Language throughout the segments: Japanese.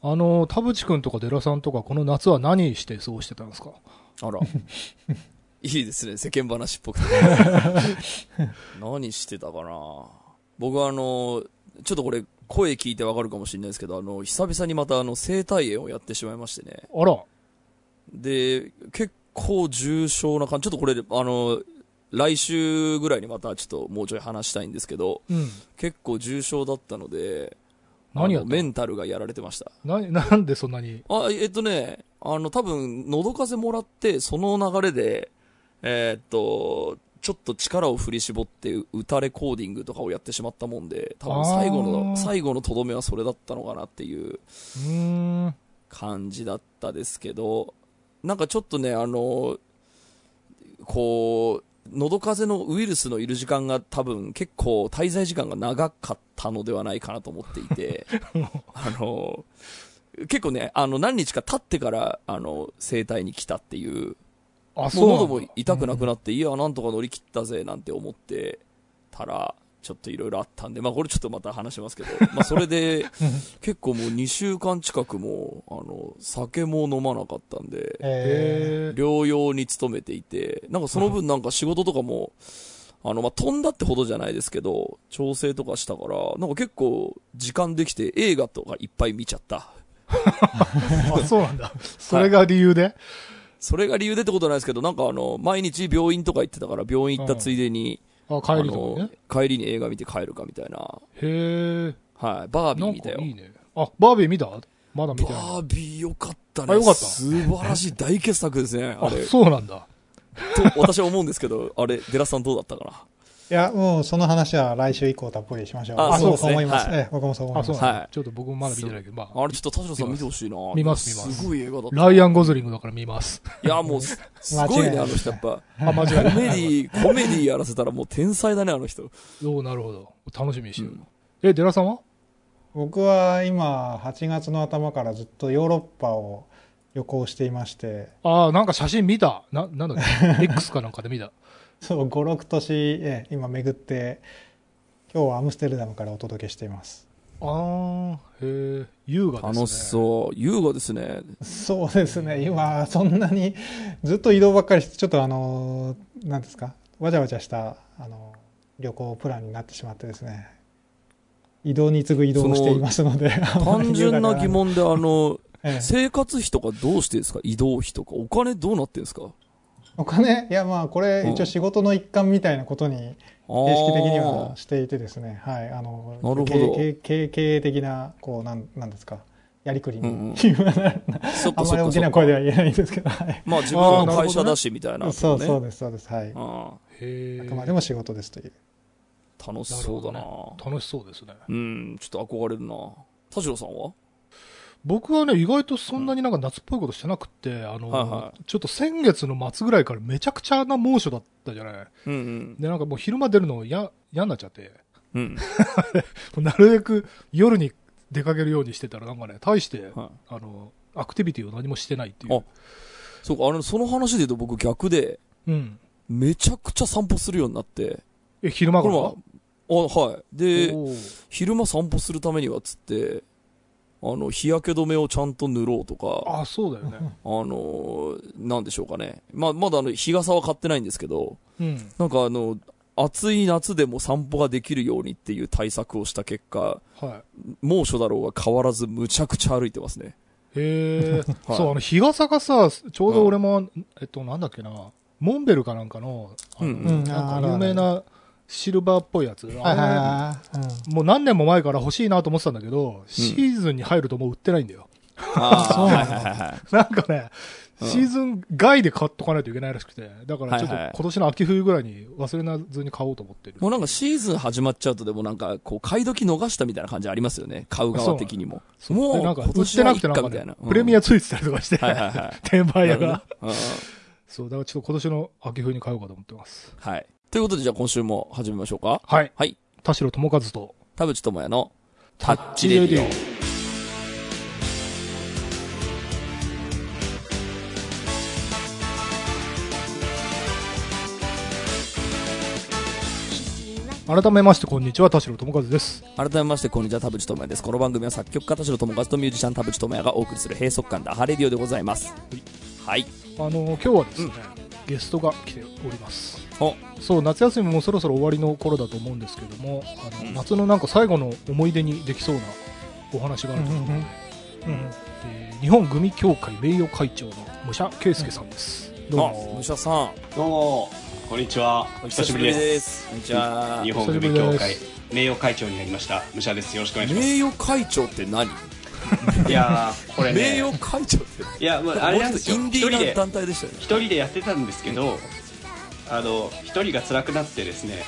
田淵くんとか寺さんとかこの夏は何して過ごしてたんですか？ あら。いいですね、世間話っぽくて。何してたかな。僕はちょっとこれ声聞いてわかるかもしれないですけど、久々にまた生体炎をやってしまいましてね。 あら。 で、結構重症な感じ。ちょっとこれ、来週ぐらいにまたちょっともうちょい話したいんですけど、 うん。 結構重症だったので、 何やったの？ メンタルがやられてました。 なんでそんなに？ 多分、喉風邪もらって、その流れで、ちょっと力を振り絞って歌レコーディングとかをやってしまったもんで、多分最後のとどめはそれだったのかなっていう感じだったですけど、なんかちょっとね、こう、喉風邪のウイルスのいる時間が多分結構滞在時間が長かったのではないかなと思っていて、結構ね、何日か経ってから、整体に来たっていう、もう喉も痛くなくなって、いや、なんとか乗り切ったぜ、なんて思ってたら、ちょっといろいろあったんで、まあこれちょっとまた話しますけど、まあそれで、結構もう2週間近くも、酒も飲まなかったんで、療養に努めていて、なんかその分なんか仕事とかも、まあ飛んだってほどじゃないですけど、調整とかしたから、なんか結構時間できて映画とかいっぱい見ちゃった。 あ、そうなんだ。それが理由で、はい、 それが理由でってことはないですけど、なんか毎日病院とか行ってたから、病院行ったついでに、 帰りとかね。 帰りに映画見て帰るかみたいな。 へえ。 はい。バービー見たよ。 いいね。あ、バービー見た？まだ見てない。 バービーよかったね。 あ、よかった。 素晴らしい大傑作ですね。あれ。 そうなんだ。 と、私は思うんですけど、あれ、デラさんどうだったかな？ いや、もうその話は来週以降たっぷりしましょう。 あ、そうですね。 思います。僕もそう思います。 はい。ちょっと僕もまだ見てないけど、まあ。 あれちょっと田代さん見てほしいな。 見ます。 すごい映画だった。 ライアン・ゴズリングだから見ます。 いや、もう、すごいね、あの人やっぱ。 間違いない。 コメディやらせたらもう天才だね、あの人。 なるほど。楽しみにしてる。デラさんは？ 僕は今、8月の頭からずっとヨーロッパを旅行していまして。 なんか写真見た。なんだっけX かなんかで見た。 そう、5、6都市、今巡って、今日はアムステルダムからお届けしています。 へえ、優雅ですね。 楽しそう。優雅ですね。 そうですね。今、そんなにずっと移動ばっかりして、ちょっとなんですか、わちゃわちゃした、旅行プランになってしまってですね。移動に次ぐ移動をしていますので。 単純な疑問で、生活費とかどうしてですか？移動費とか。お金どうなってんですか？ お金、いや、まあこれ一応仕事の一環みたいなことに形式的にはしていてですね、はい、 なるほど。 経営的なこうなんですか、やりくりに、あんまり大きな声では言えないんですけど、はい、 まあ自分の会社だしみたいな、ね、 そうですはい。あくまでも仕事ですという。 楽しそうだな。 楽しそうですね。 ちょっと憧れるな。田代さんは？ 僕はね、意外とそんなになんか夏っぽいことしてなくて、ちょっと先月の末ぐらいからめちゃくちゃな猛暑だったじゃない。で、なんかもう昼間出るの嫌になっちゃって、なるべく夜に出かけるようにしてたら、なんかね、大して、アクティビティを何もしてないっていう。 そうか、その話で言うと僕逆で、めちゃくちゃ散歩するようになって。 昼間から？ はい。で、昼間散歩するためにはつって、日焼け止めをちゃんと塗ろうとか。 そうだよね。 なんでしょうかね。まだ日傘は買ってないんですけど、なんか暑い夏でも散歩ができるようにっていう対策をした結果、猛暑だろうが変わらずむちゃくちゃ歩いてますね。 へえ。そう、日傘がさ、ちょうど俺も、なんだっけな、モンベルかなんかの、なんか有名な、シルバーっぽいやつ。もう何年も前から欲しいなと思ってたんだけど、シーズンに入るともう売ってないんだよ。 そうなんだ。 なんかね、シーズン外で買っとかないといけないらしくて、だからちょっと今年の秋冬ぐらいに忘れずに買おうと思ってる。 もうなんかシーズン始まっちゃうとでもなんかこう買い時逃したみたいな感じありますよね。買う側的にも。 もうなんか売ってなくてなんかね、プレミアついてたりとかして、転売屋が。そう、だからちょっと今年の秋冬に買おうかと思ってます。 はい。ということでじゃあ今週も始めましょうか。 はい。田代智和と田淵智也のタッチレディオ。 改めましてこんにちは、田代智和です。 改めましてこんにちは、田淵智也です。この番組は作曲家田代智和とミュージシャン田淵智也がお送りする閉塞感ダハレディオでございます。はい。 今日はですね、ゲストが来ております。そう、夏休みもそろそろ終わりの頃だと思うんですけども、夏のなんか最後の思い出にできそうなお話があるということで、日本グミ協会名誉会長の武者圭介さんです。 どうも。武者さん。 どうも。こんにちは。お久しぶりです。 こんにちは。 日本グミ協会名誉会長になりました武者です。よろしくお願いします。 名誉会長って何？ いやー、これね。 名誉会長って。 いや、まあ、あれなんですよ。 インディーな団体でしたよね。 一人でやってたんですけど、一人が辛くなってですね、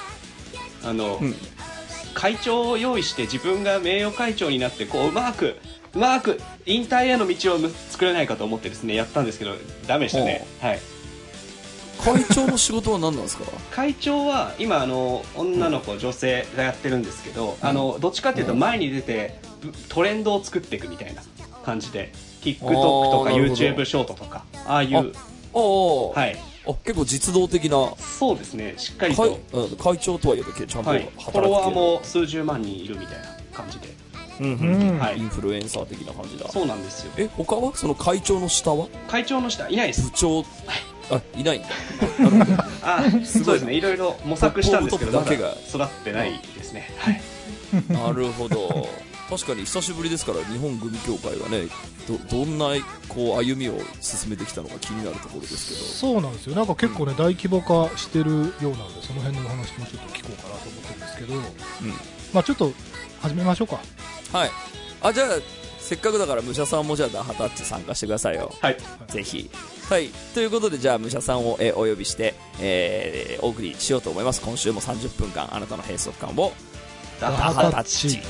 会長を用意して自分が名誉会長になって、こううまく引退への道を作れないかと思ってですね、やったんですけど、ダメでしたね。はい。 会長の仕事は何なんですか？ 会長は今女の子、女性がやってるんですけど、どっちかっていうと前に出てトレンドを作っていくみたいな感じで、 TikTok とか YouTube ショートとかああいう、はい、 結構実動的な。 そうですね、しっかりと会長とはいえちゃんと働く、 フォロワーも数十万人いるみたいな感じで、 はい、インフルエンサー的な感じだ。 そうなんですよ。 他はその会長の下は？ 会長の下いないです。 部長、いないんだ。 そうですね、いろいろ模索したんですけど、まだ育ってないですね。はい。 なるほど。確かに久しぶりですから、日本グミ協会がね、どんなこう歩みを進めてきたのか気になるところですけど。 そうなんですよ。なんか結構ね、大規模化してるようなので、その辺の話もちょっと聞こうかなと思ってるんですけど、まあちょっと始めましょうか。 はい。じゃあせっかくだから武者さんもじゃあダハタッチ参加してくださいよ。 はい。 ぜひ。はい。ということで、じゃあ武者さんをお呼びして、お送りしようと思います。今週も30分間あなたの閉塞感をダハタッチ。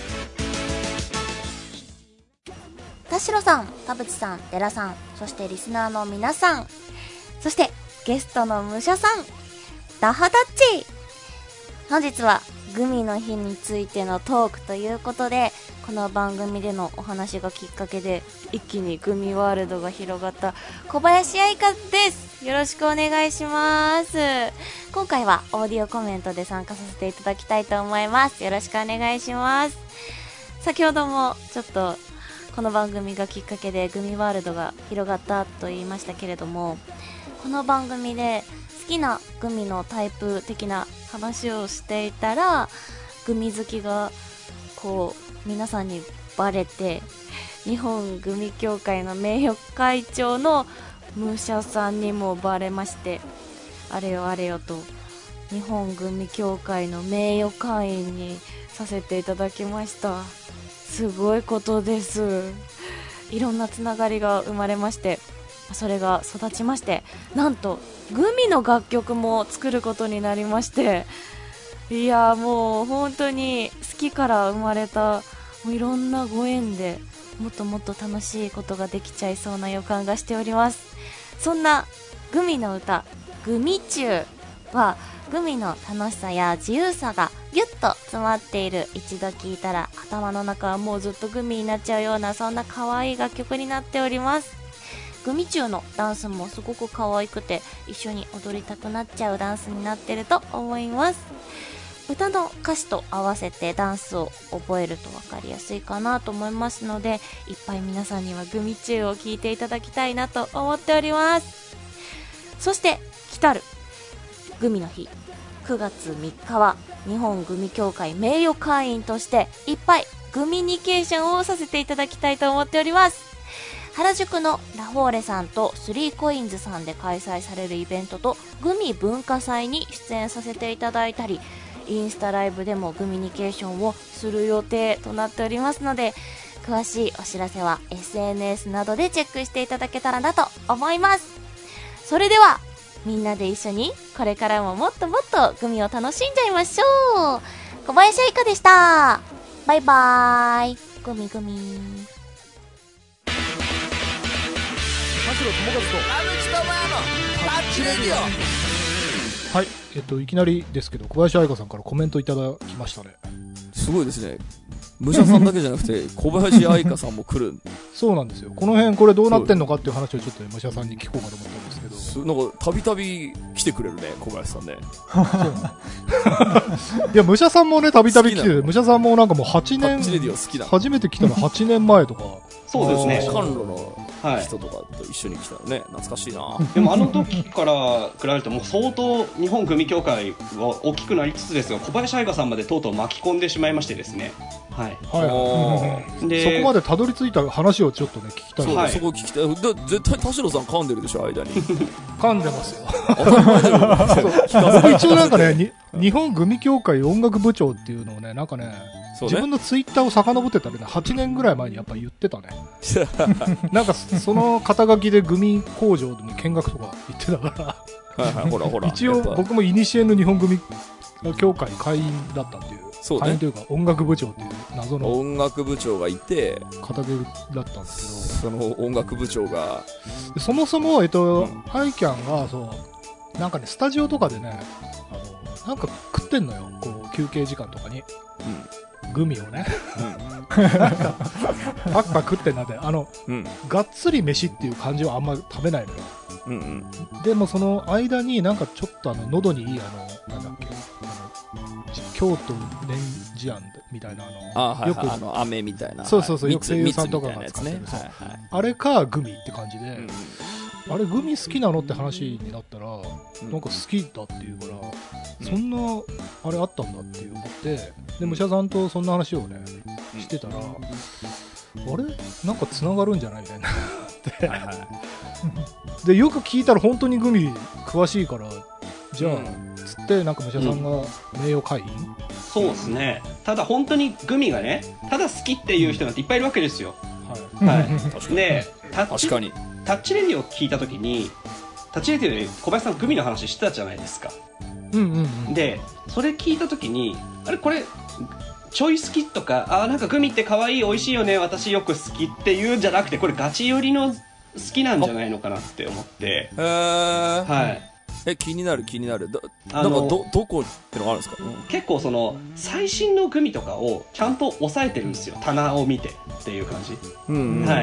田代さん、田淵さん、寺さん、そしてリスナーの皆さん、そしてゲストの武者さん、ダハタッチ。本日はグミの日についてのトークということで、この番組でのお話がきっかけで一気にグミワールドが広がった小林愛香です。よろしくお願いします。今回はオーディオコメントで参加させていただきたいと思います。よろしくお願いします。先ほどもちょっとこの番組がきっかけでグミワールドが広がったと言いましたけれども、この番組で好きなグミのタイプ的な話をしていたら、グミ好きがこう皆さんにバレて、日本グミ協会の名誉会長の武者さんにもバレまして、あれよあれよと日本グミ協会の名誉会員にさせていただきました。すごいことです。いろんなつながりが生まれまして、それが育ちまして、なんとグミの楽曲も作ることになりまして、いやもう本当に好きから生まれたもういろんなご縁でもっともっと楽しいことができちゃいそうな予感がしております。そんなグミの歌、グミチューはグミの楽しさや自由さがギュッと詰まっている、一度聴いたら頭の中はもうずっとグミになっちゃうような、そんな可愛い楽曲になっております。グミチューのダンスもすごく可愛くて、一緒に踊りたくなっちゃうダンスになってると思います。歌の歌詞と合わせてダンスを覚えると分かりやすいかなと思いますので、いっぱい皆さんにはグミチューを聴いていただきたいなと思っております。そして来たるグミの日9月3日は日本グミ協会名誉会員としていっぱいグミニケーションをさせていただきたいと思っております。原宿のラフォーレさんと3コインズさんで開催されるイベントとグミ文化祭に出演させていただいたり、インスタライブでもグミニケーションをする予定となっておりますので、詳しいお知らせは SNS などでチェックしていただけたらなと思います。それではみんなで一緒にこれからももっともっとグミを楽しんじゃいましょう。小林愛香でした。バイバーイ。グミグミ。 田代智和と田淵智也のタッチレディオ。 はい、いきなりですけど小林愛香さんからコメントいただきましたね。 すごいですね。武者さんだけじゃなくて小林愛香さんも来る。 そうなんですよ。この辺これどうなってんのかっていう話をちょっと武者さんに聞こうかと思ったんですけど、 なんかたびたび来てくれるね、小林さんね。 いや、武者さんもね、たびたび来てる。武者さんもなんかもう8年、 タッチレディオ好きなの。 初めて来たの8年前とか。 そうですね。 甘露の人とかと一緒に来たのね、懐かしいな。 でもあの時から比べるともう相当日本グミ協会は大きくなりつつですが、小林愛香さんまでとうとう巻き込んでしまいましてですね。はい。 はい。で、そこまでたどり着いた話をちょっとね、聞きたい。 そう、そこ聞きたい。絶対田代さん噛んでるでしょ、間に。 噛んでますよ。僕一応なんかね、日本グミ協会音楽部長っていうのをね、なんかね、自分のツイッターを遡ってたらね、8年ぐらい前にやっぱ言ってたね。なんかその肩書きでグミ工場でも見学とか行ってたから。 はいはい、ほらほら。 一応僕も古の日本グミ協会会員だったっていう。 そうね。 会員というか音楽部長っていう謎の。 音楽部長がいて、 肩書きだったんですけど、その音楽部長が。 そもそも、アイキャンが、そう、なんかね、スタジオとかでね、なんか食ってんのよ、こう、休憩時間とかに。グミをね。パクパク食ってんだって、がっつり飯っていう感じはあんま食べないのよ。でもその間になんかちょっと喉にいいなんだっけ、京都年次庵みたいなよく飴みたいな。 そうそうそう、よく声優さんとかが使ってる。あれかグミって感じで、あれグミ好きなのって話になったら、なんか好きだっていうから、そんなあれあったんだって思って、で武者さんとそんな話をねしてたら、あれなんかつながるんじゃないみたいになってでよく聞いたら本当にグミ詳しいから、じゃあつってなんか武者さんが名誉会員、 そうですね。ただ本当にグミがね、ただ好きっていう人なんていっぱいいるわけですよ。はい。で、 確かにタッチレディを聞いたときに、タッチレディで小林さんグミの話してたじゃないですか。で、それ聞いたときに、あれこれちょい好きとか、なんかグミって可愛い美味しいよね、私よく好きっていうんじゃなくて、これガチ寄りの好きなんじゃないのかなって思って。はい。 気になる。なんかどこってのがあるんですか？ 結構その最新のグミとかをちゃんと抑えてるんですよ、棚を見てっていう感じ。はい。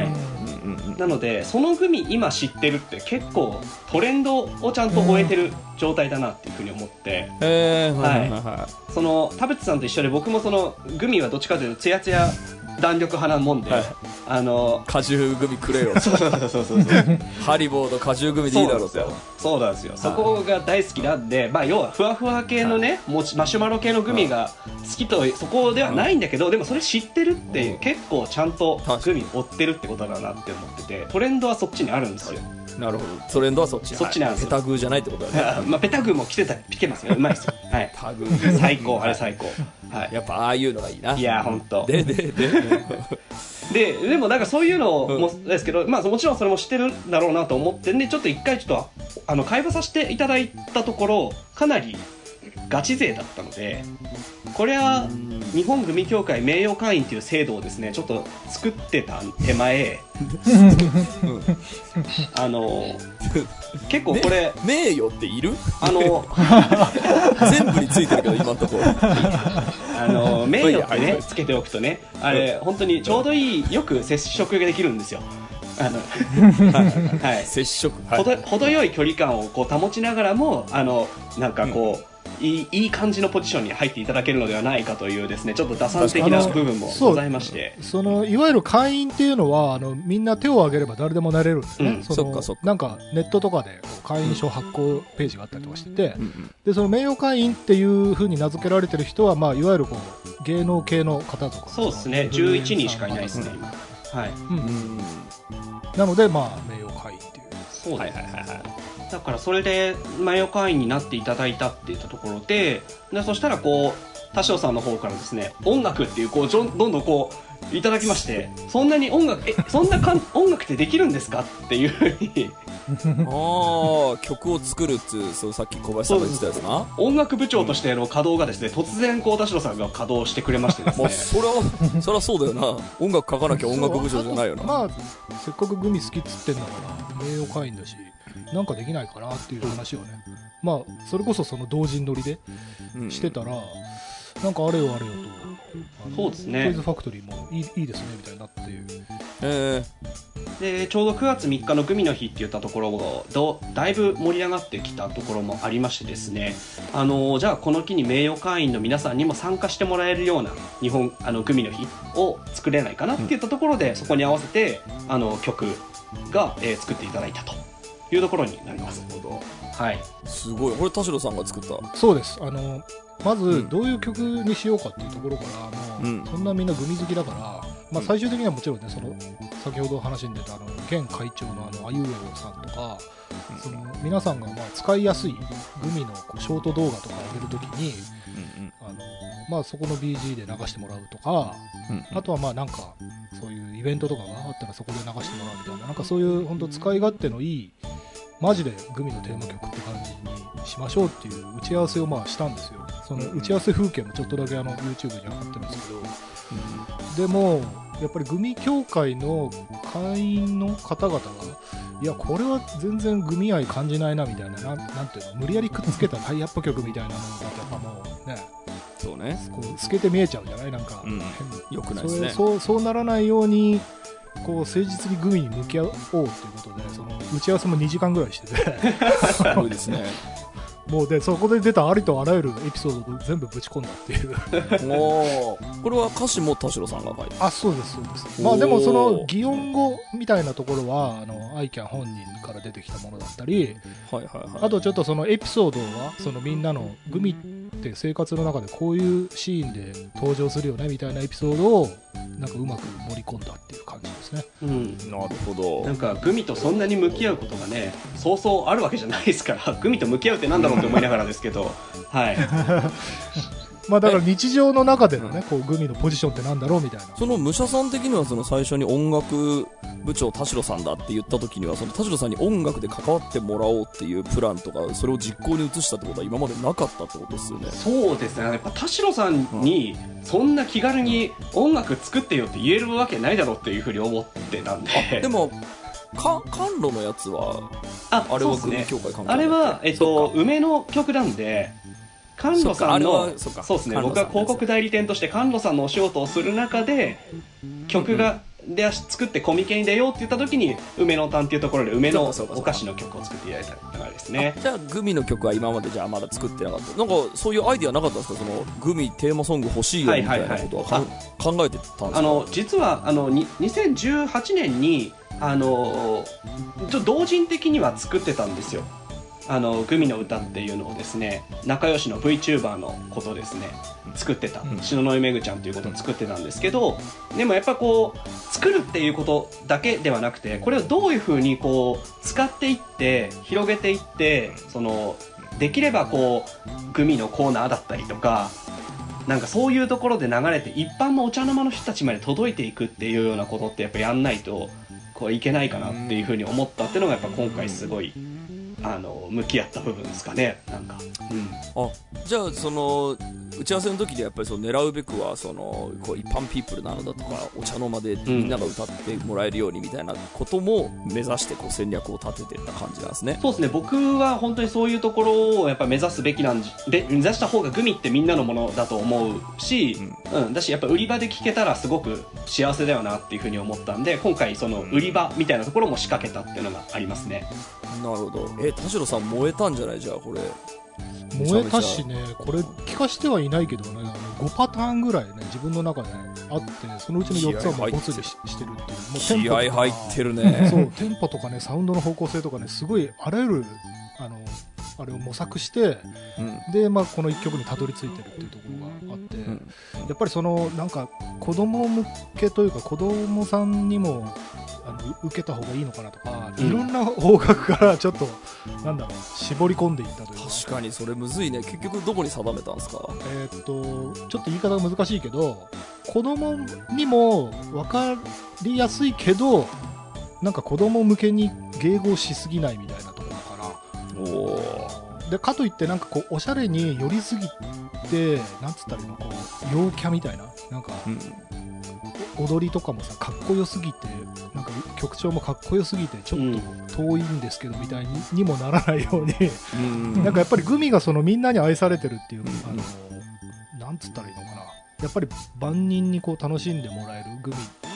なのでそのグミ今知ってるって結構トレンドをちゃんと終えてる状態だなっていうふうに思って、はい。その田淵さんと一緒で僕もそのグミはどっちかというとツヤツヤ弾力派なもんで、 果汁グミくれよ。 そうハリボーの果汁グミでいいだろうと。 そうなんですよ。そこが大好きなんで、まあ要はふわふわ系のね、マシュマロ系のグミが好きとそこではないんだけど、でもそれ知ってるって結構ちゃんとグミ追ってるってことだなって思ってて、トレンドはそっちにあるんですよ。 なるほど。トレンドはそっち。 そっちなんですよ。 ペタグーじゃないってことだね。 まあペタグーも来てますよ。うまいですよ。はい。 タグー最高、あれ最高。はい。 やっぱああいうのがいいな。 いや本当。 でもなんかそういうのもですけど、まあもちろんそれも知ってるんだろうなと思ってんで、ちょっと一回ちょっと会話させていただいたところ、かなりガチ勢だったので、これは日本グミ協会名誉会員という制度をですねちょっと作ってた手前結構これ、 名誉っている？全部についてるけど今のところ名誉ってねつけておくとね、あれ本当にちょうどいいよく接触ができるんですよ。はい、 接触、 程よい距離感をこう保ちながらもなんかこう、いい感じのポジションに入っていただけるのではないかというですね、ちょっと打算的な部分もございまして、 いわゆる会員っていうのはみんな手を挙げれば誰でもなれるんですね。なんかネットとかで会員証発行ページがあったりとかしてて、でその名誉会員っていう風に名付けられてる人は、まあ、いわゆるこう芸能系の方とか、 そうですね、11人しかいないですね今。はい。 なのでまあ名誉会員っていう。 そうですね。だからそれで名誉会員になっていただいたっていったところで、そしたらこう田代さんの方からですね、音楽っていうこうどんどんこういただきまして、そんなに音楽音楽ってできるんですかっていうふうに曲を作るっつう、そうさっき小林さんが言ってたやつな。 音楽部長としての稼働がですね、突然こう田代さんが稼働してくれましてですね。 まあそりゃそうだよな。音楽書かなきゃ音楽部長じゃないよな。 まあせっかくグミ好きっつってんだから名誉会員だし、なんかできないかなっていう話をね、まあそれこそその同人乗りでしてたら、なんかあれよと、 そうですね、 トイズファクトリーもいいですねみたいになって、 でちょうど9月3日のグミの日って言ったところをだいぶ盛り上がってきたところもありましてですね、じゃあこの機に名誉会員の皆さんにも参加してもらえるようなグミの日を作れないかなって言ったところで、そこに合わせて曲が、作っていただいたというところになります。 なるほど。 はい。 すごい。これ田代さんが作った。 そうです。まずどういう曲にしようかっていうところから、そんなみんなグミ好きだから、最終的にはもちろんね、先ほど話に出た現会長のあゆえおさんとか、皆さんが使いやすいグミのショート動画とか上げるときに、そこの BG で流してもらうとか、あとはなんかそういうイベントとかがあったらそこで流してもらうみたいな、なんかそういう本当使い勝手のいいマジでグミのテーマ曲って感じにしましょうっていう打ち合わせをしたんですよ。その打ち合わせ風景もちょっとだけYouTube に上がってるんですけど、でもやっぱりグミ協会の会員の方々がいやこれは全然グミ愛感じないなみたいな、なんていうの、無理やりくっつけたタイアップ曲みたいなのだとやっぱもうね、 そうね、 こう透けて見えちゃうじゃない、なんか、 よくないですね。 そうならないようにこう誠実にグミに向き合おうということで、その打ち合わせも2時間ぐらいしててすごいですね。 もうでそこで出たありとあらゆるエピソードを全部ぶち込んだっていうおこれは歌詞も田代さんが書いてる。 あ、そうですそうです。でもその擬音語みたいなところはアイキャン本人から出てきたものだったり、あとちょっとそのエピソードはそのみんなのグミって生活の中でこういうシーンで登場するよねみたいなエピソードをなんかうまく盛り込んだっていう感じですね。 なるほど。 なんかグミとそんなに向き合うことがね、そうそうあるわけじゃないですから、グミと向き合うってなんだろうって思いながらですけどはいだから日常の中でのね、こうグミのポジションってなんだろうみたいな。 その武者さん的にはその最初に音楽部長田代さんだって言った時には、その田代さんに音楽で関わってもらおうっていうプランとか、それを実行に移したってことは今までなかったってことですよね。 そうですね。やっぱ田代さんにそんな気軽に音楽作ってよって言えるわけないだろうっていうふうに思ってたんで。 でも甘露のやつはあれはグミ協会関係ない。 あれは梅の曲なんで、甘露さんのそうですね、僕は広告代理店として甘露さんのお仕事をする中で曲がで作ってコミケに出ようって言った時に梅の炭っていうところで梅のお菓子の曲を作っていただいた流れですね。 じゃあグミの曲は今までじゃあまだ作ってなかった。なんかそういうアイディアなかったんですか、そのグミテーマソング欲しいよみたいなことは考えてたんですか。 実は2018年に同人的には作ってたんですよ。グミの歌っていうのをですね、仲良しの VTuber のことですね作ってた、篠ノ井めぐちゃんということを作ってたんですけど、でもやっぱこう作るっていうことだけではなくて、これをどういうふうにこう使っていって広げていって、できればこうグミのコーナーだったりとか、なんかそういうところで流れて一般のお茶の間の人たちまで届いていくっていうようなことってやっぱやんないとこういけないかなっていうふうに思ったっていうのがやっぱ今回すごい向き合った部分ですかね。なんか、 じゃあその打ち合わせの時でやっぱり狙うべくはこう一般ピープルなのだとかお茶の間でみんなが歌ってもらえるようにみたいなことも目指してこう戦略を立てていった感じなんですね。 そうですね。僕は本当にそういうところをやっぱ目指すべきなんで、目指した方がグミってみんなのものだと思うし、だしやっぱ売り場で聴けたらすごく幸せだよなっていうふうに思ったんで、今回その売り場みたいなところも仕掛けたっていうのがありますね。 なるほど。田代さん燃えたんじゃない。じゃあこれ燃えたしね、これ聞かしてはいないけどね、5パターンぐらいね自分の中であって、そのうちの4つはもうボツでしてるっていう。 もう気合入ってるね。 そう、テンポとかね、サウンドの方向性とかね、すごいあらゆるあれを模索して、でこの1曲にたどり着いてるっていうところがあって、やっぱりなんか子供向けというか子供さんにも受けた方がいいのかなとか、いろんな方角からちょっとなんだろう絞り込んでいったというか。 確かにそれむずいね。結局どこに定めたんですか。 ちょっと言い方が難しいけど、子供にも分かりやすいけどなんか子供向けに迎合しすぎないみたいなところかな。でかといってなんかこうおしゃれに寄りすぎて、なんつったらいいの、こう陽キャみたいな、なんか、踊りとかもさかっこよすぎて、なんか曲調もかっこよすぎてちょっと遠いんですけどみたいにもならないようになんかやっぱりグミがみんなに愛されてるっていう、なんつったらいいのかな、やっぱり万人にこう楽しんでもらえるグミ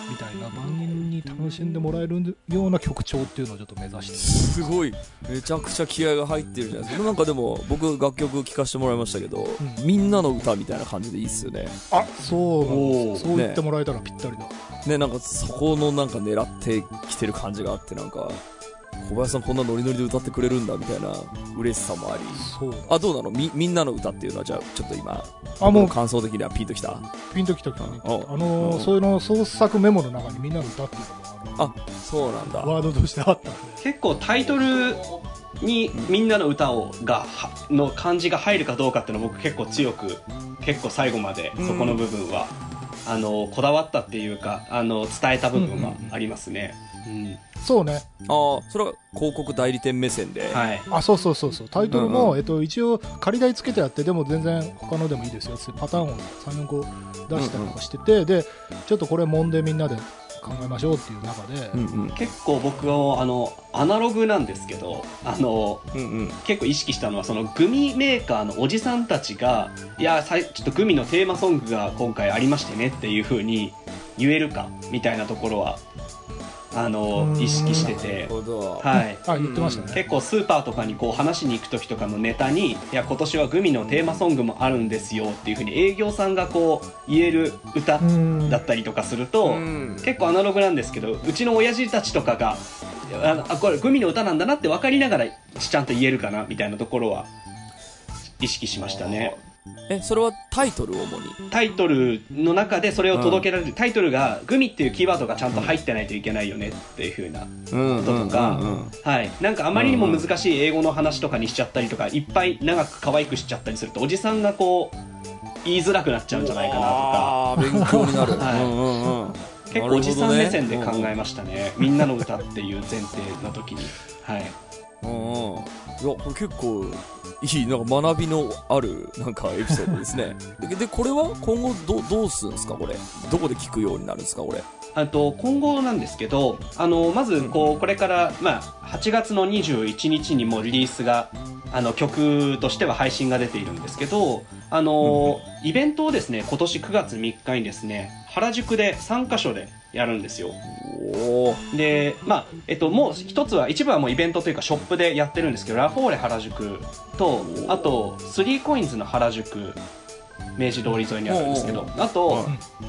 みたいな、万人に楽しんでもらえるような曲調っていうのをちょっと目指してすごいめちゃくちゃ気合が入ってるじゃないですか。なんかでも僕楽曲聴かせてもらいましたけど、みんなの歌みたいな感じでいいっすよね。 あ、そうなんです。そう言ってもらえたらぴったりだね。なんかそこのなんか狙ってきてる感じがあって、なんか小林さんこんなノリノリで歌ってくれるんだみたいな嬉しさもあり。 そうあ、どうなの、みんなの歌っていうのは、じゃあちょっと今もう感想的にはピンときた。 ピンときた。そういうの創作メモの中にみんなの歌っていうのもそうなんだ、 ワードとしてあったんで、 結構タイトルにみんなの歌の漢字が入るかどうかっていうのを僕結構強く、結構最後までそこの部分は、こだわったっていうか伝えた部分はありますね。 そうね。 それは広告代理店目線で、 はい、 そうタイトルも、一応仮題つけてあって、でも全然他のでもいいですよってパターンを 3,4 個出したりとかしてて、でちょっとこれ揉んでみんなで考えましょうっていう中で、 結構僕はアナログなんですけど結構意識したのは、そのグミメーカーのおじさんたちがちょっとグミのテーマソングが今回ありましてねっていう風に言えるかみたいなところは意識してて、 言ってましたね。 結構スーパーとかにこう話しに行く時とかのネタに、今年はグミのテーマソングもあるんですよっていう風に営業さんがこう言える歌だったりとかすると、結構アナログなんですけど、うちの親父たちとかがこれグミの歌なんだなって分かりながらちゃんと言えるかなみたいなところは意識しましたね。 それはタイトルを主にタイトルの中でそれを届けられる、タイトルがグミっていうキーワードがちゃんと入ってないといけないよねっていう風なこととか、なんかあまりにも難しい英語の話とかにしちゃったりとか、いっぱい長く可愛くしちゃったりするとおじさんがこう言いづらくなっちゃうんじゃないかなとか、 勉強になる結構おじさん目線で考えましたね、みんなの歌っていう前提の時に。 いや、これ結構いい、なんか学びのあるなんかエピソードですね。でこれは今後どうするんですか、これどこで聞くようになるんですか、これ。 今後なんですけど、まずこれから、8月の21日にもリリースが曲としては配信が出ているんですけど、イベントをですね、今年9月3日にですね、原宿で3カ所でやるんですよ。で、もう一部はもうイベントというかショップでやってるんですけど、ラフォーレ原宿と、あと3コインズの原宿明治通り沿いにあるんですけど、あと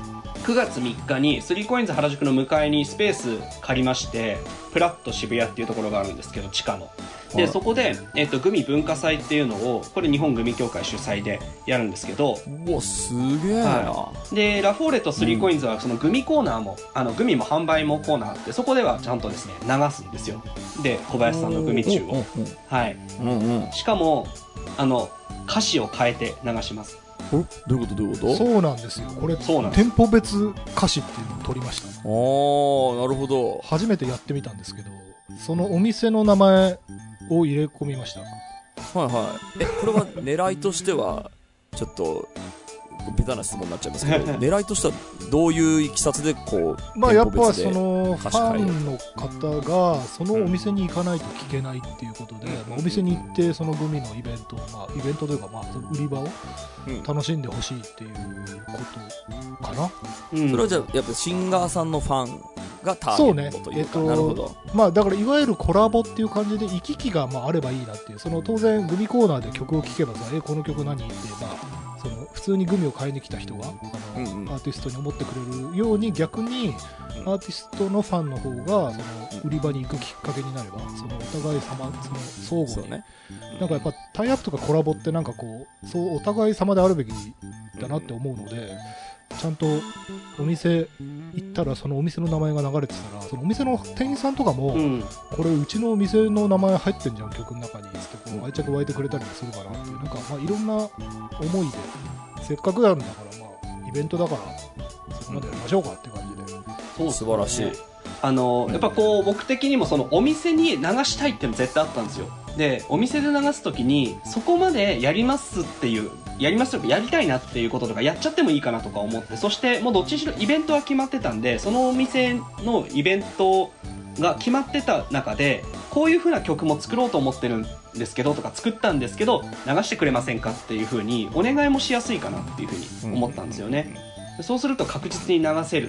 9月3日に3コインズ原宿の向かいにスペース借りまして、プラット渋谷っていうところがあるんですけど、地下ので、そこで、グミ文化祭っていうのを、これ日本グミ協会主催でやるんですけど、 うわ、すげえな、 でラフォーレと3コインズはそのグミコーナーも、グミも販売もコーナーあって、そこではちゃんとですね流すんですよ。で小林さんのグミ中を、しかも歌詞を変えて流します。 どういうことそうなんですよ。これ店舗別歌詞っていうのを取りました。 なるほど。 初めてやってみたんですけど、そのお店の名前を入れ込みました。 これは狙いとしてはちょっとベタな質問になっちゃいますけど狙いとしてはどういういきさつでこう、 やっぱそのファンの方がそのお店に行かないと聞けないっていうことで、お店に行ってそのグミのイベント、イベントというか売り場を楽しんでほしいっていうことかな。 それはじゃあやっぱシンガーさんのファンがターゲットというか、なるほど。 だからいわゆるコラボっていう感じで行き来があればいいなっていう、その当然グミコーナーで曲を聴けばさ、この曲何ってその普通にグミを買いに来た人がアーティストに思ってくれるように、逆にアーティストのファンの方がその売り場に行くきっかけになれば、そのお互い様、その相互に、なんかやっぱタイアップとかコラボってなんかこう、そうお互い様であるべきだなって思うので、ちゃんとお店行ったらそのお店の名前が流れてたら、そのお店の店員さんとかも、これうちのお店の名前入ってんじゃん曲の中につってこう愛着湧いてくれたりもするかなっていう、なんかいろんな思いで、せっかくやるんだからイベントだからそこまでやりましょうかっていう感じで。 そう素晴らしい。 やっぱこう僕的にもそのお店に流したいっていうの絶対あったんですよ。でお店で流すときにそこまでやりますっていう、やりますとかやりたいなっていうこととかやっちゃってもいいかなとか思って、そしてもうどっちにしろイベントは決まってたんで、そのお店のイベントが決まってた中でこういう風な曲も作ろうと思ってるんですけどとか、作ったんですけど流してくれませんかっていう風にお願いもしやすいかなっていう風に思ったんですよね。そうすると確実に流せる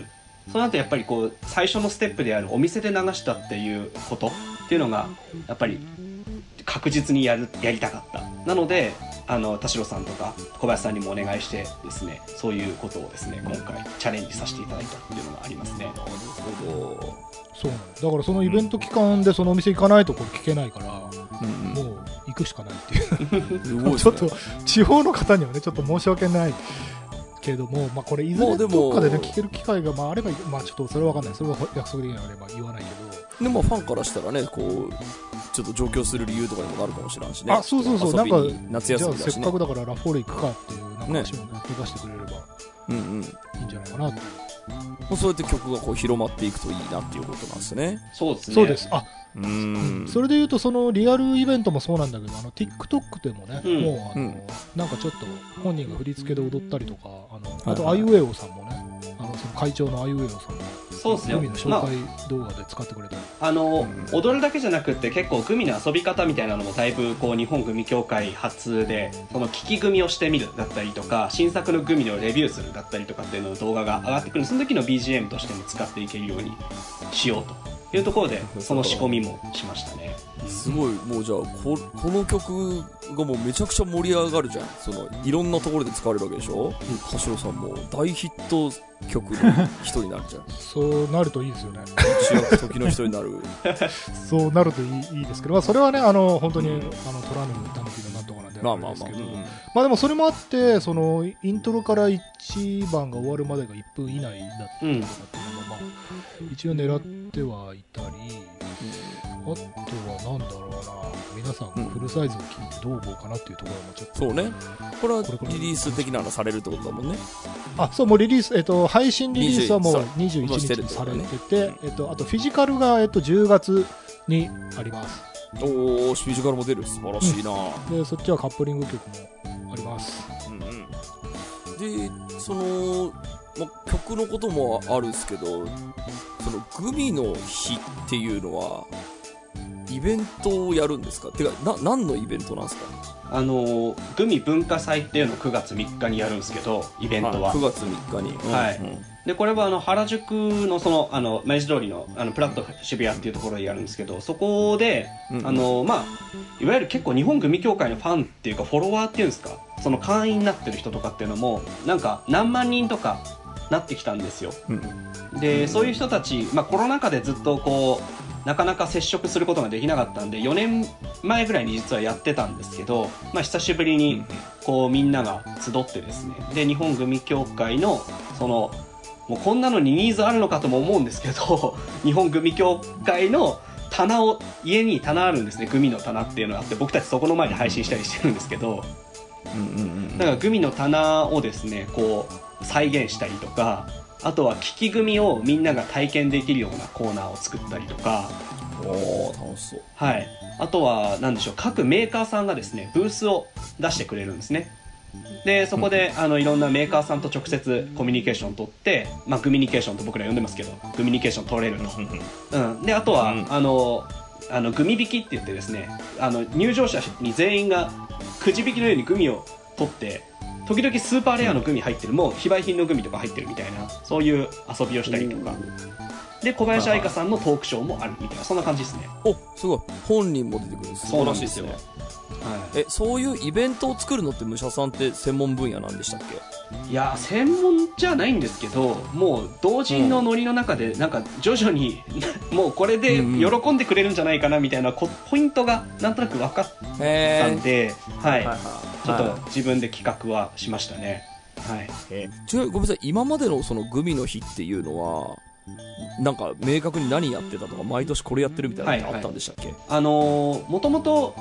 その後やっぱりこう最初のステップであるお店で流したっていうことっていうのがやっぱり確実にやりたかった。なので田代さんとか小林さんにもお願いしてですね、そういうことをですね今回チャレンジさせていただいたっていうのがありますね。なるほど。 そうなんだからそのイベント期間でそのお店行かないとこれ聞けないから、もう行くしかないっていうちょっと地方の方にはねちょっと申し訳ないけども、これいずれどっかでね聞ける機会があれば、ちょっとそれは分かんない、それは約束できなければ言わないけど、 でもファンからしたらねこうちょっと上京する理由とかにもなるかもしれないしね。 あ、そうなんか夏休みだしね、 じゃあせっかくだからラフォーレ行くかっていうなんか足をね動かしてくれればいいんじゃないかなっていう。 もうそうやって曲がこう広まっていくといいなっていうことなんですね。 そうですね。 そうです。それでいうとそのリアルイベントもそうなんだけど、TikTok でもね、もうなんかちょっと本人が振り付けで踊ったりとか、あとアイウェイオさんもね、その会長のアイウェイオさんもそうですよ、 グミの紹介動画で使ってくれたり、 踊るだけじゃなくって結構グミの遊び方みたいなのもだいぶこう日本グミ協会発で、その聞きグミをしてみるだったりとか新作のグミのレビューするだったりとかっていうの動画が上がってくる。その時の BGM としても使っていけるようにしようというところでその仕込みもしましたね。 すごい。もうじゃあこの曲がもうめちゃくちゃ盛り上がるじゃん。そのいろんなところで使われるわけでしょ。田代さんも大ヒット曲の一人になるじゃんそうなるといいですよね。 主役時の人になるそうなるといいですけど、それはね本当にトラヌタヌキのなんとかなんであるんですけど、でもそれもあってそのイントロから1番が終わるまでが1分以内だったりとかっていうのが一応狙ってはいたり、あとはなんだろうな、皆さんフルサイズを聞いてどう思うかなっていうところもちょっと、 そうね、これはリリース的なのされるってことだもんね。 そう、もうリリース、配信リリースはもう21日にされてて、あとフィジカルが、10月にあります。 おー、フィジカルも出る。素晴らしいな、 でそっちはカップリング曲もあります。 でその、曲のこともあるんですけど、そのグミの日っていうのはイベントをやるんですか？てか何のイベントなんですか？ グミ文化祭っていうのを9月3日にやるんですけど、イベントは 9月3日に、 でこれは原宿の明治通りのプラット渋谷っていうところでやるんですけど、そこで、いわゆる結構日本グミ協会のファンっていうかフォロワーっていうんですか、その会員になってる人とかっていうのもなんか何万人とかなってきたんですよ。でそういう人たち、コロナ禍でずっとこうなかなか接触することができなかったんで、4年前ぐらいに実はやってたんですけど、久しぶりにこうみんなが集ってですね、で日本グミ協会のもうこんなのにニーズあるのかとも思うんですけど、日本グミ協会の棚を、家に棚あるんですね、グミの棚っていうのがあって、僕たちそこの前で配信したりしてるんですけど、だからグミの棚をですねこう再現したりとか、あとは利きグミをみんなが体験できるようなコーナーを作ったりとか、 楽しそう。 はい、あとは何でしょう、各メーカーさんがですねブースを出してくれるんですね。でそこでいろんなメーカーさんと直接コミュニケーションを取って、グミニケーションと僕ら呼んでますけど、グミニケーション取れると、であとは、グミ引きって言ってですね、入場者に全員がくじ引きのようにグミを取って、時々スーパーレアのグミ入ってる、もう非売品のグミとか入ってるみたいな、そういう遊びをしたりとかで、小林愛香さんのトークショーもあるみたいな、そんな感じですね。 お、すごい、本人も出てくる。素晴らしいですよ。そういうイベントを作るのって武者さんって専門分野なんでしたっけ？ いや専門じゃないんですけど、もう同人のノリの中でなんか徐々にもうこれで喜んでくれるんじゃないかなみたいなポイントがなんとなく分かったんで、ちょっと自分で企画はしましたね。 ごめんなさい、今までのそのグミの日っていうのはなんか明確に何やってたとか、毎年これやってるみたいなのってあったんでしたっけ？ もともと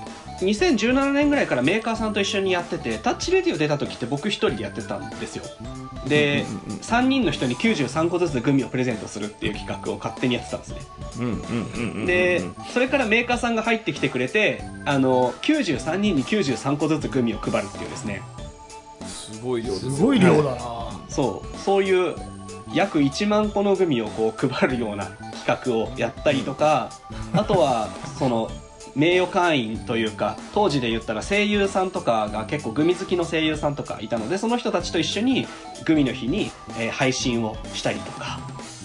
2017年ぐらいからメーカーさんと一緒にやってて、タッチレディオ出た時って僕一人でやってたんですよ。で、3人の人に93個ずつグミをプレゼントするっていう企画を勝手にやってたんですね。でそれからメーカーさんが入ってきてくれて、93人に93個ずつグミを配るっていうですね、 すごい量ですよね。 すごい量だな。 そういう約1万個のグミをこう配るような企画をやったりとか、あとはその名誉会員というか、当時で言ったら声優さんとかが結構グミ好きの声優さんとかいたので、その人たちと一緒にグミの日に、配信をしたりとか、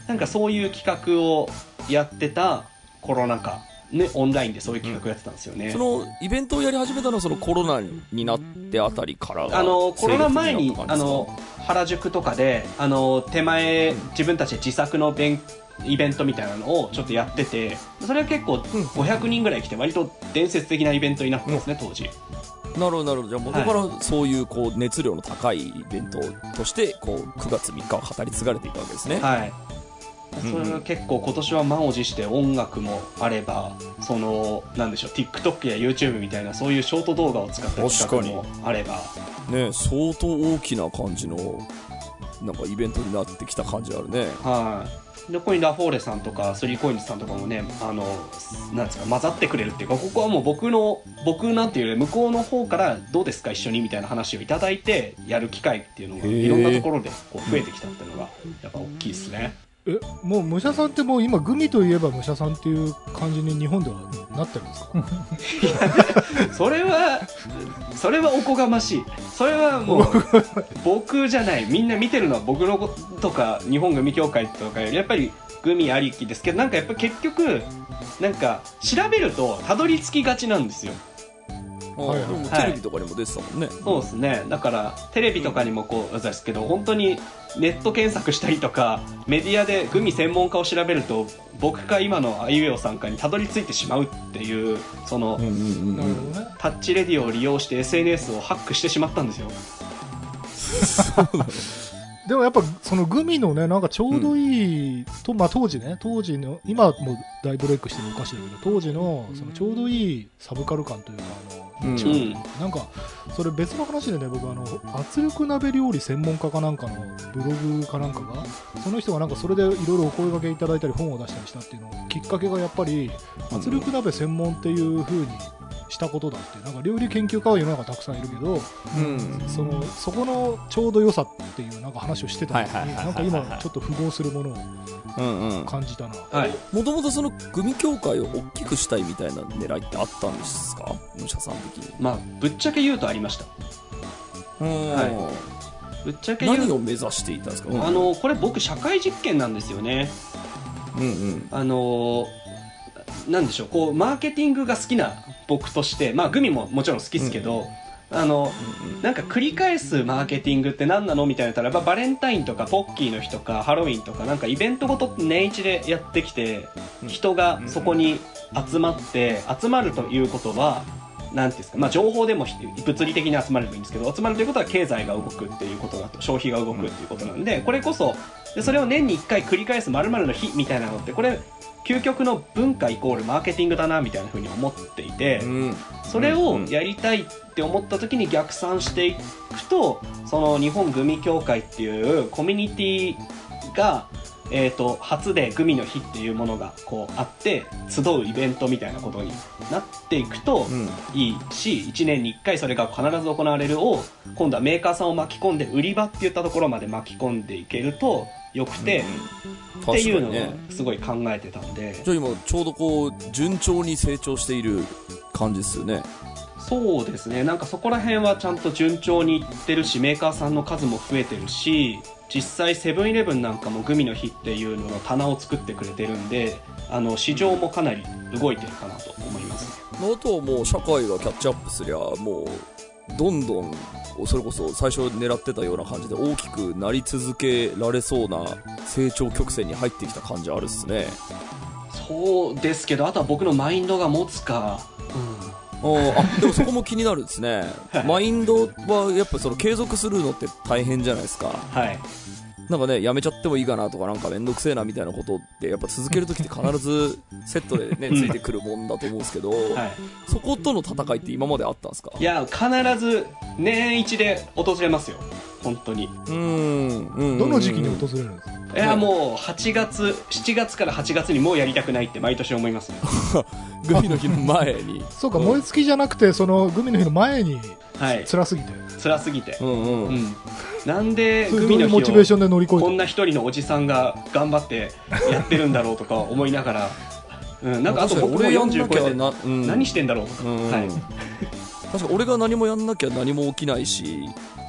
なんかそういう企画をやってたコロナ禍ね、オンラインでそういう企画やってたんですよね。 そのイベントをやり始めたのはそのコロナになってあたりからコロナ前に原宿とかで手前自分たちで自作のイベントみたいなのをちょっとやってて、それは結構500人ぐらい来て割と伝説的なイベントになったんですね、当時。 なるほどなるほど。じゃあ元からそういうこう熱量の高いイベントとしてこう9月3日は語り継がれていたわけですね。 はい。それは結構今年は満を持して音楽もあれば、なんでしょう、 TikTok や YouTube みたいなそういうショート動画を使った企画もあればね、相当大きな感じのなんかイベントになってきた感じあるね。 はい。でここにラフォーレさんとかスリーコインズさんとかもね、なんですか、混ざってくれるっていうか、ここはもう僕なんていうより向こうの方からどうですか一緒にみたいな話をいただいてやる機会っていうのがいろんなところでこう増えてきたっていうのがやっぱ大きいですね。 もう武者さんってもう今グミといえば武者さんっていう感じに日本ではなってるんですか？ それはおこがましい。それはもう僕じゃない、みんな見てるのは僕のことか日本グミ協会とかよりやっぱりグミありきですけど、なんかやっぱ結局なんか調べるとたどり着きがちなんですよ。 はいはい、テレビとかにも出てたもんね。 そうですね。だからテレビとかにもこうですけど、本当にネット検索したりとかメディアでグミ専門家を調べると僕か今のあいうえおさんかにたどり着いてしまうっていう、そのタッチレディを利用して SNS をハックしてしまったんですよ。 そうなの。でもやっぱそのグミのね、なんかちょうどいいと、まあ当時の今はもう大ブレイクしてるお菓子だけど、当時のそのちょうどいいサブカル感というかなんかそれ別の話でね、僕圧力鍋料理専門家かなんかのブログかなんかが、その人がなんかそれでいろいろお声掛けいただいたり本を出したりしたっていうのきっかけがやっぱり圧力鍋専門っていう風にしたことだって、なんか料理研究家は世の中たくさんいるけど、そこのちょうど良さっていうなんか話をしてたのに、なんか今ちょっと符合するものを感じたな。 もともとそのグミ協会を大きくしたいみたいな狙いってあったんですか、武者さん的に。 まあぶっちゃけ言うとありました。ぶっちゃけ何を目指していたんですか。 これ僕社会実験なんですよね。なんでしょう、こうマーケティングが好きな僕として、まあグミももちろん好きですけど、なんか繰り返すマーケティングって何なのみたいなったら、バレンタインとかポッキーの日とかハロウィンとかなんかイベントごと年一でやってきて、人がそこに集まるということはなんていうんですか、まあ情報でも物理的に集まればいいんですけど、集まるということは経済が動くっていうことだと、消費が動くっていうことなんで、これこそでそれを年に1回繰り返す〇〇の日みたいなのって、これ究極の文化イコールマーケティングだなみたいな風に思っていて、それをやりたいって思った時に逆算していくと、その日本グミ協会っていうコミュニティが初でグミの日っていうものがこうあって集うイベントみたいなことになっていくといいし、1年に1回それが必ず行われるを今度はメーカーさんを巻き込んで売り場っていったところまで巻き込んでいけるとよくて、っていうのをすごい考えてたんで、 じゃあ今ちょうどこう順調に成長している感じですよね。 そうですね。なんかそこら辺はちゃんと順調にいってるし、メーカーさんの数も増えてるし、実際セブンイレブンなんかもグミの日っていうのの棚を作ってくれてるんで、市場もかなり動いてるかなと思います。 あとはもう社会がキャッチアップすりゃもうどんどんそれこそ最初狙ってたような感じで大きくなり続けられそうな成長曲線に入ってきた感じあるっすね。 そうですけど、あとは僕のマインドが持つか。 でもそこも気になるんですね。マインドはやっぱその継続するのって大変じゃないですか。なんかね、やめちゃってもいいかなとか、なんかめんどくせえなみたいなことってやっぱ続けるときって必ずセットでねついてくるもんだと思うんですけど、そことの戦いって今まであったんですか。 いや、必ず年一で訪れますよ、本当に。 どの時期に訪れるんですか。 いや、もう7月から8月にもうやりたくないって毎年思いますね。 グミの日の前にそうか、燃え尽きじゃなくてそのグミの日の前に辛すぎて、なんでグミの日をモチベーションで乗り越えてこんな一人のおじさんが頑張ってやってるんだろうとか思いながらなんかあと僕も40超えて何してんだろうとか、 確か俺が何もやんなきゃ何も起きないし、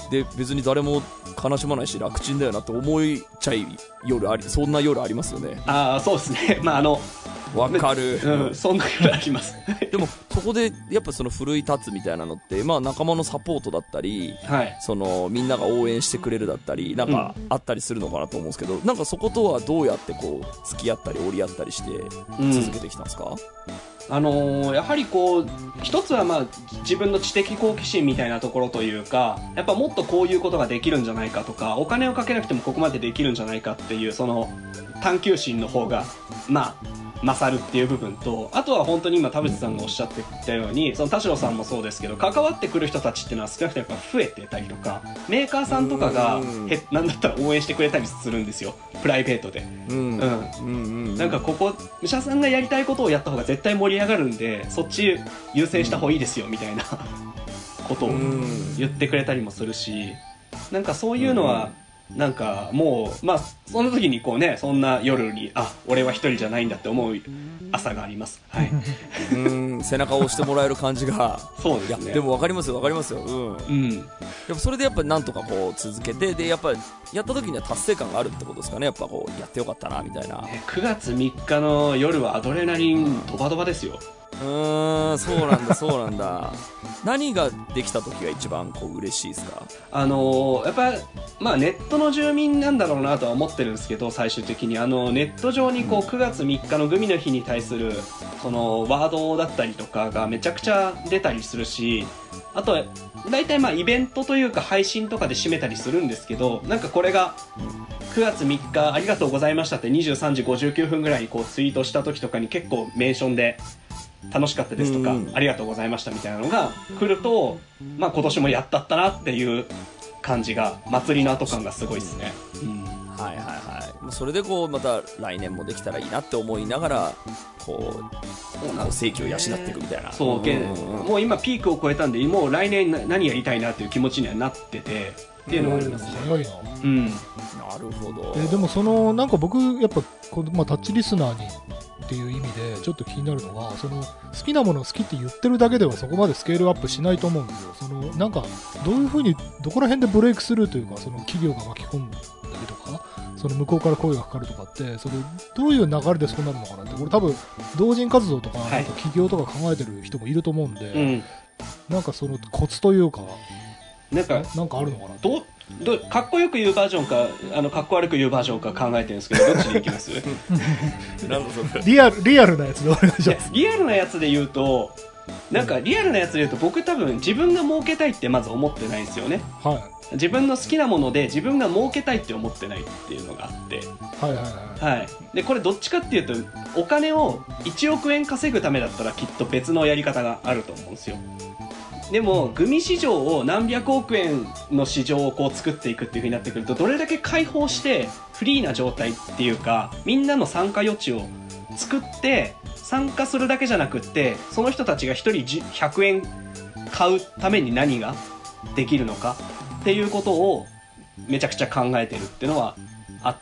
で別に誰も悲しまないし楽ちんだよなって思いちゃい夜あり、そんな夜ありますよね。 そうですね。 わかる、 そんな夜あります。 でもそこでやっぱその奮い立つみたいなのって、仲間のサポートだったり、そのみんなが応援してくれるだったりなんかあったりするのかなと思うんですけど、なんかそことはどうやってこう付き合ったり折り合ったりして続けてきたんですか？ やはり一つは自分の知的好奇心みたいなところというか、やっぱもっとこういうことができるんじゃないかとか、お金をかけなくてもここまでできるんじゃないかっていうその探求心の方が勝るっていう部分と、あとは本当に今田淵さんがおっしゃってたように、その田代さんもそうですけど、関わってくる人たちっていうのは少なくともやっぱ増えてたりとか、メーカーさんとかがなんだったら応援してくれたりするんですよ、プライベートで。なんか武者さんがやりたいことをやった方が絶対盛り上がるんで、そっち優先した方がいいですよみたいなことを言ってくれたりもするし、なんかそういうのはなんかもうその時にそんな夜に俺は一人じゃないんだって思う朝があります。はい。 背中を押してもらえる感じが。 そうですね。 いやでも分かりますよ。でもそれでやっぱりなんとか続けて、でやっぱりやった時には達成感があるってことですかね。やっぱやってよかったなみたいな。 9月3日の夜はアドレナリンドバドバですよ。 そうなんだ。何ができた時が一番嬉しいですか？ やっぱネットの住民なんだろうなとは思ってるんですけど、最終的にネット上に9月3日のグミの日に対するそのワードだったりとかがめちゃくちゃ出たりするし、あとは大体イベントというか配信とかで締めたりするんですけど、なんかこれが9月3日ありがとうございましたって23時59分ぐらいにツイートした時とかに結構メンションで楽しかったですとか、ありがとうございましたみたいなのが来ると、今年もやったったなっていう感じが、祭りの後感がすごいですね。 それでまた来年もできたらいいなって思いながら正規を養っていくみたいな。 もう今ピークを超えたんで、もう来年何やりたいなっていう気持ちにはなっててっていうのがありますね。 早いな。 なるほど。 でもなんか僕やっぱタッチリスナーにっていう意味でちょっと気になるのが、好きなものを好きって言ってるだけではそこまでスケールアップしないと思うんですよ。なんかどういう風にどこら辺でブレイクスルーというか、企業が巻き込んだりとか、向こうから声がかかるとかって、どういう流れでそうなるのかなって、これ多分同人活動とか、なんか企業とか考えてる人もいると思うんで、なんかコツというかなんかあるのかな。 かっこよく言うバージョンかかっこ悪く言うバージョンか考えてるんですけど、どっちでいきます？ リアルなやつでお願いします。 リアルなやつで言うと、僕多分自分が儲けたいってまず思ってないんですよね。自分の好きなもので自分が儲けたいって思ってないっていうのがあって、でこれどっちかっていうと、お金を1億円稼ぐためだったらきっと別のやり方があると思うんですよ。でもグミ市場を何百億円の市場を作っていくっていう風になってくると、どれだけ開放してフリーな状態っていうか、みんなの参加余地を作って参加するだけじゃなくって、その人たちが1人100円買うために何ができるのかっていうことをめちゃくちゃ考えてるっていうのはあって、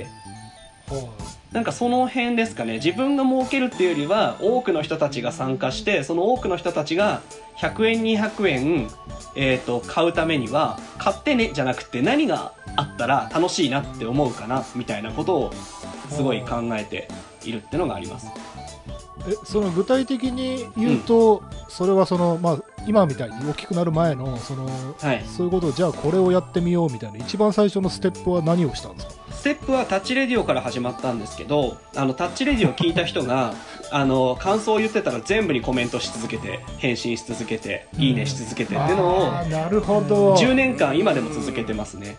なんかその辺ですかね。自分が儲けるっていうよりは、多くの人たちが参加して、その多くの人たちが100円200円、買うためには買ってねじゃなくて、何があったら楽しいなって思うかなみたいなことをすごい考えているっていうのがあります。 具体的に言うと、それは今みたいに大きくなる前のそういうことを、じゃあこれをやってみようみたいな一番最初のステップは何をしたんですか？ ステップはタッチレディオから始まったんですけど、タッチレディオ聞いた人が感想を言ってたら全部にコメントし続けて、返信し続けて、いいねし続けてっていうのをなるほど 10年間今でも続けてますね。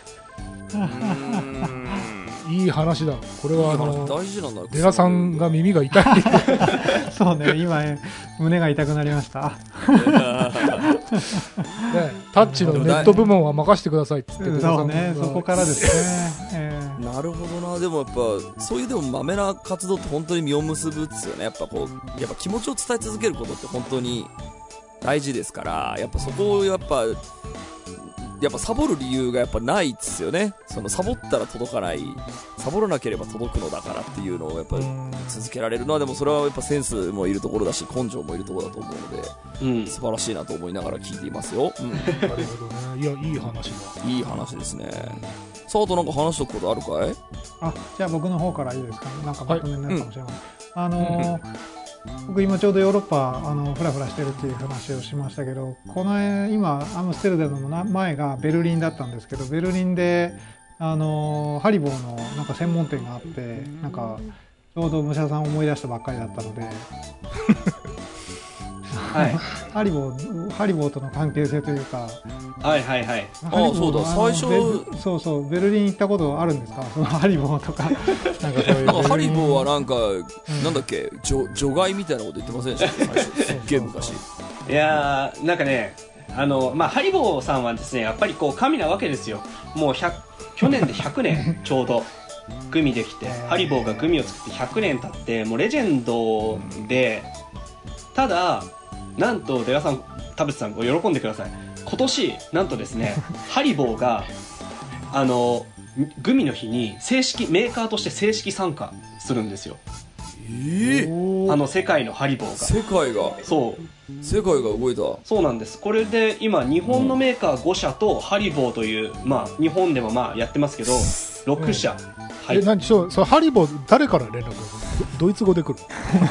いい話だ。これは大事なんだ。 デラさんが耳が痛い。 そうね、今胸が痛くなりました。 タッチのネット部門は任せてくださいっつって。 そうね、そこからですね。 なるほどな。でもやっぱそういうでもマメな活動って本当に実を結ぶっすよね。やっぱ気持ちを伝え続けることって本当に大事ですから、やっぱそこをやっぱやっぱサボる理由がやっぱないっすよね。サボったら届かない、サボらなければ届くのだからっていうのをやっぱ続けられるのは、でもそれはやっぱセンスもいるところだし、根性もいるところだと思うので、素晴らしいなと思いながら聞いていますよ。 なるほどね。いや、いい話だ。 いい話ですね。さあ、あとなんか話しとくことあるかい？ じゃあ僕の方からいいですかね。なんかまとめになるかもしれない。僕今ちょうどヨーロッパフラフラしてるっていう話をしましたけど、今アムステルダムの前がベルリンだったんですけど、ベルリンでハリボーのなんか専門店があって、なんかちょうど武者さんを思い出したばっかりだったのではい、ハリボーとの関係性というか、 はいはいはい、 そうだ、最初そうベルリン行ったことあるんですか？そのハリボーとかなんかそういうなんかハリボーはなんか、なんだっけ、除外みたいなこと言ってませんでしたっけ、最初すっげえ昔。 いやー、なんかね、ハリボーさんはですね、やっぱりこう神なわけですよ。もう去年で100年ちょうどグミできて、ハリボーがグミを作って100年経って、もうレジェンドで、ただなんとデラさん、田淵さん、喜んでください。今年なんとですねハリボーがグミの日にメーカーとして正式参加するんですよ。世界のハリボーが、 世界が動いた。 そうなんです。これで今日本のメーカー5社とハリボーという、日本でもやってますけど6社、 はい、そハリボー誰から連絡が来る？ドイツ語で来る？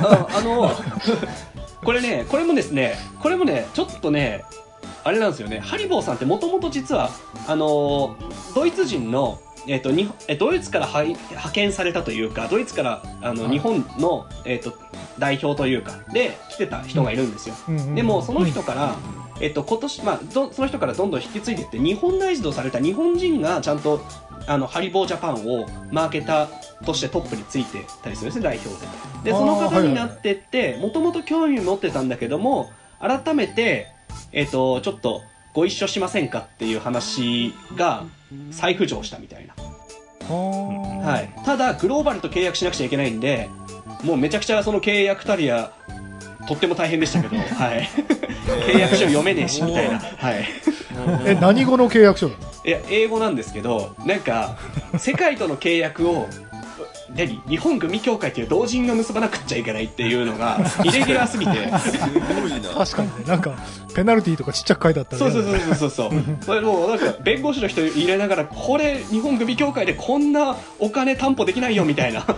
これもねちょっとねあれなんですよね。ハリボーさんってもともと実はドイツ人のドイツから派遣されたというか、ドイツから日本の代表というかで来てた人がいるんですよ。でもその人から今年その人からどんどん引き継いでいって、日本ナイズドされた日本人がちゃんとハリボージャパンをマーケターとしてトップについてたりするんですね、代表で。でその方になってってもともと興味持ってたんだけども、改めてちょっとご一緒しませんかっていう話が再浮上したみたいな。はい、ただグローバルと契約しなくちゃいけないんで、もうめちゃくちゃその契約たりやとっても大変でしたけど、はい、契約書読めねえしみたいな、はい、 何語の契約書なの？ いや英語なんですけど、なんか世界との契約を日本グミ協会っていう同人が結ばなくっちゃいけないっていうのがイレギュラーすぎてすごいな。 確かにね、なんかペナルティーとかちっちゃく書いてあったら、ね、 そうそれもうなんか弁護士の人入れながら、これ日本グミ協会でこんなお金担保できないよみたいな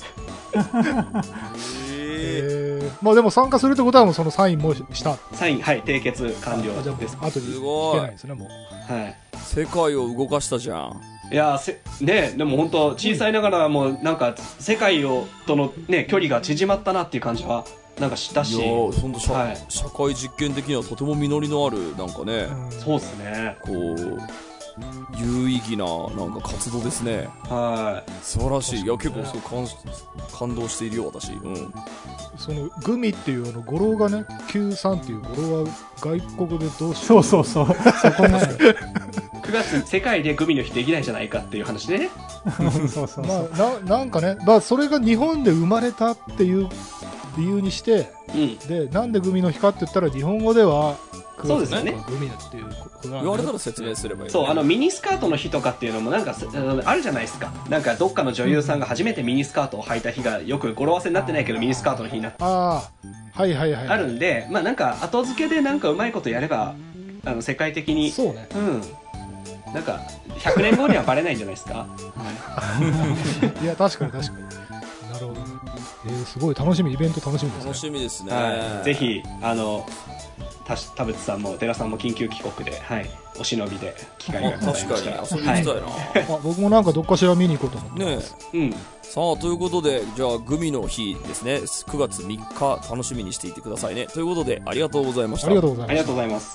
でも参加するってことはもうそのサインもした。 サイン、はい、締結完了です。 あとに行けないですね、もう。 はい。 世界を動かしたじゃん。 いやでも本当小さいながらもなんか世界とのね距離が縮まったなっていう感じはなんかしたし、 本当社会実験的にはとても実りのあるなんかね、 そうですね、 こう有意義ななんか活動ですね。 はい、 素晴らしい。いや結構すごい感動しているよ私。 そのグミっていう語呂がね、93っていう語呂は外国でどうしよう。そうそこね。 9月世界でグミの日できないじゃないかっていう話でね。 なんかね、それが日本で生まれたっていう理由にして、でなんでグミの日かって言ったら日本語ではそうですよね、 グミだっていうこと言われたら説明すればいい、ね、 そうミニスカートの日とかっていうのもなんかあるじゃないですか。なんかどっかの女優さんが初めてミニスカートを履いた日がよく語呂合わせになってないけどミニスカートの日になってあるんで、なんか後付けでなんかうまいことやれば世界的にそうね、 なんか100年後にはバレないんじゃないですか。 いや確かになるほどね。すごい楽しみ、イベント楽しみですね。 楽しみですね、 ぜひ田淵さんも寺さんも緊急帰国で、お忍びで機会がございましたら確かに遊びに行きたいな、 僕もなんかどっかしら見に行こうと思ってます、 さあということで、じゃあグミの日ですね、9月3日楽しみにしていてくださいね。ということでありがとうございました。 ありがとうございます。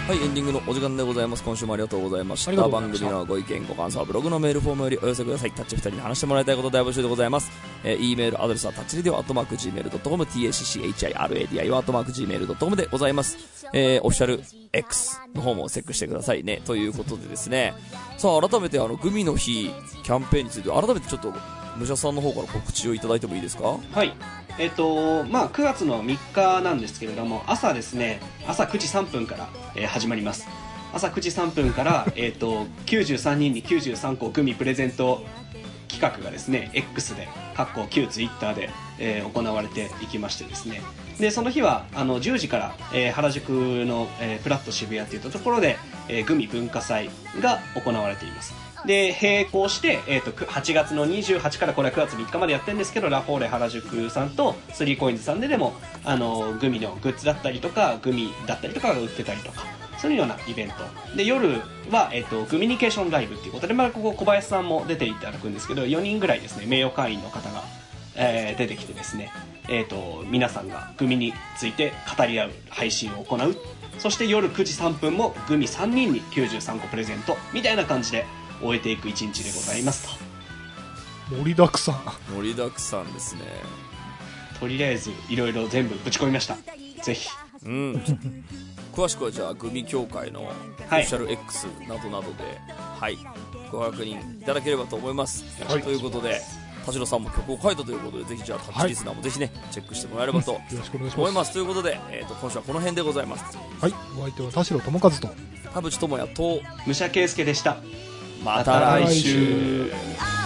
はい、エンディングのお時間でございます。今週もありがとうございました。番組のご意見ご感想はブログのメールフォームよりお寄せください。タッチ2人に話してもらいたいこと大募集でございます。E メールアドレスはタッチレディオ@gmail.com tacchiradio@gmail.com でございます。オフィシャル X の方もチェックしてくださいね。ということでですね、さあ改めてグミの日キャンペーンについて改めてちょっと武者さんの方から告知をいただいてもいいですか？ はい。9月の3日なんですけれども、朝ですね、朝9時3分から、始まります。朝9時3分から、93人に93個グミプレゼント企画がですね、X で、旧 Twitter で、行われていきましてですね。で、その日は、10時から、原宿の、プラット渋谷といったところで、グミ文化祭が行われています。で、並行して、8月の28からこれは9月3日までやってるんですけど、ラフォーレ原宿さんと3コインズさんでも、グミのグッズだったりとか、グミだったりとかが売ってたりとか、そういうようなイベント。で、夜は、グミニケーションライブっていうことで、ここ小林さんも出ていただくんですけど、4人ぐらいですね、名誉会員の方が、出てきてですね、皆さんがグミについて語り合う配信を行う。そして夜9時3分もグミ3人に93個プレゼントみたいな感じで終えていく一日でございますと。盛りだくさん。 盛りだくさんですね。 とりあえずいろいろ全部ぶち込みました。ぜひ。 うん。詳しくはじゃあグミ協会のオフィシャル X などなどで、はい、ご確認いただければと思います。はい、ということで。田代さんも曲を書いたということで、ぜひじゃあタッチリスナーもぜひね、チェックしてもらえればと思います。ということで、今週はこの辺でございます。 はい、お相手は田代智和と田淵智也と武者圭介でした。 また来週。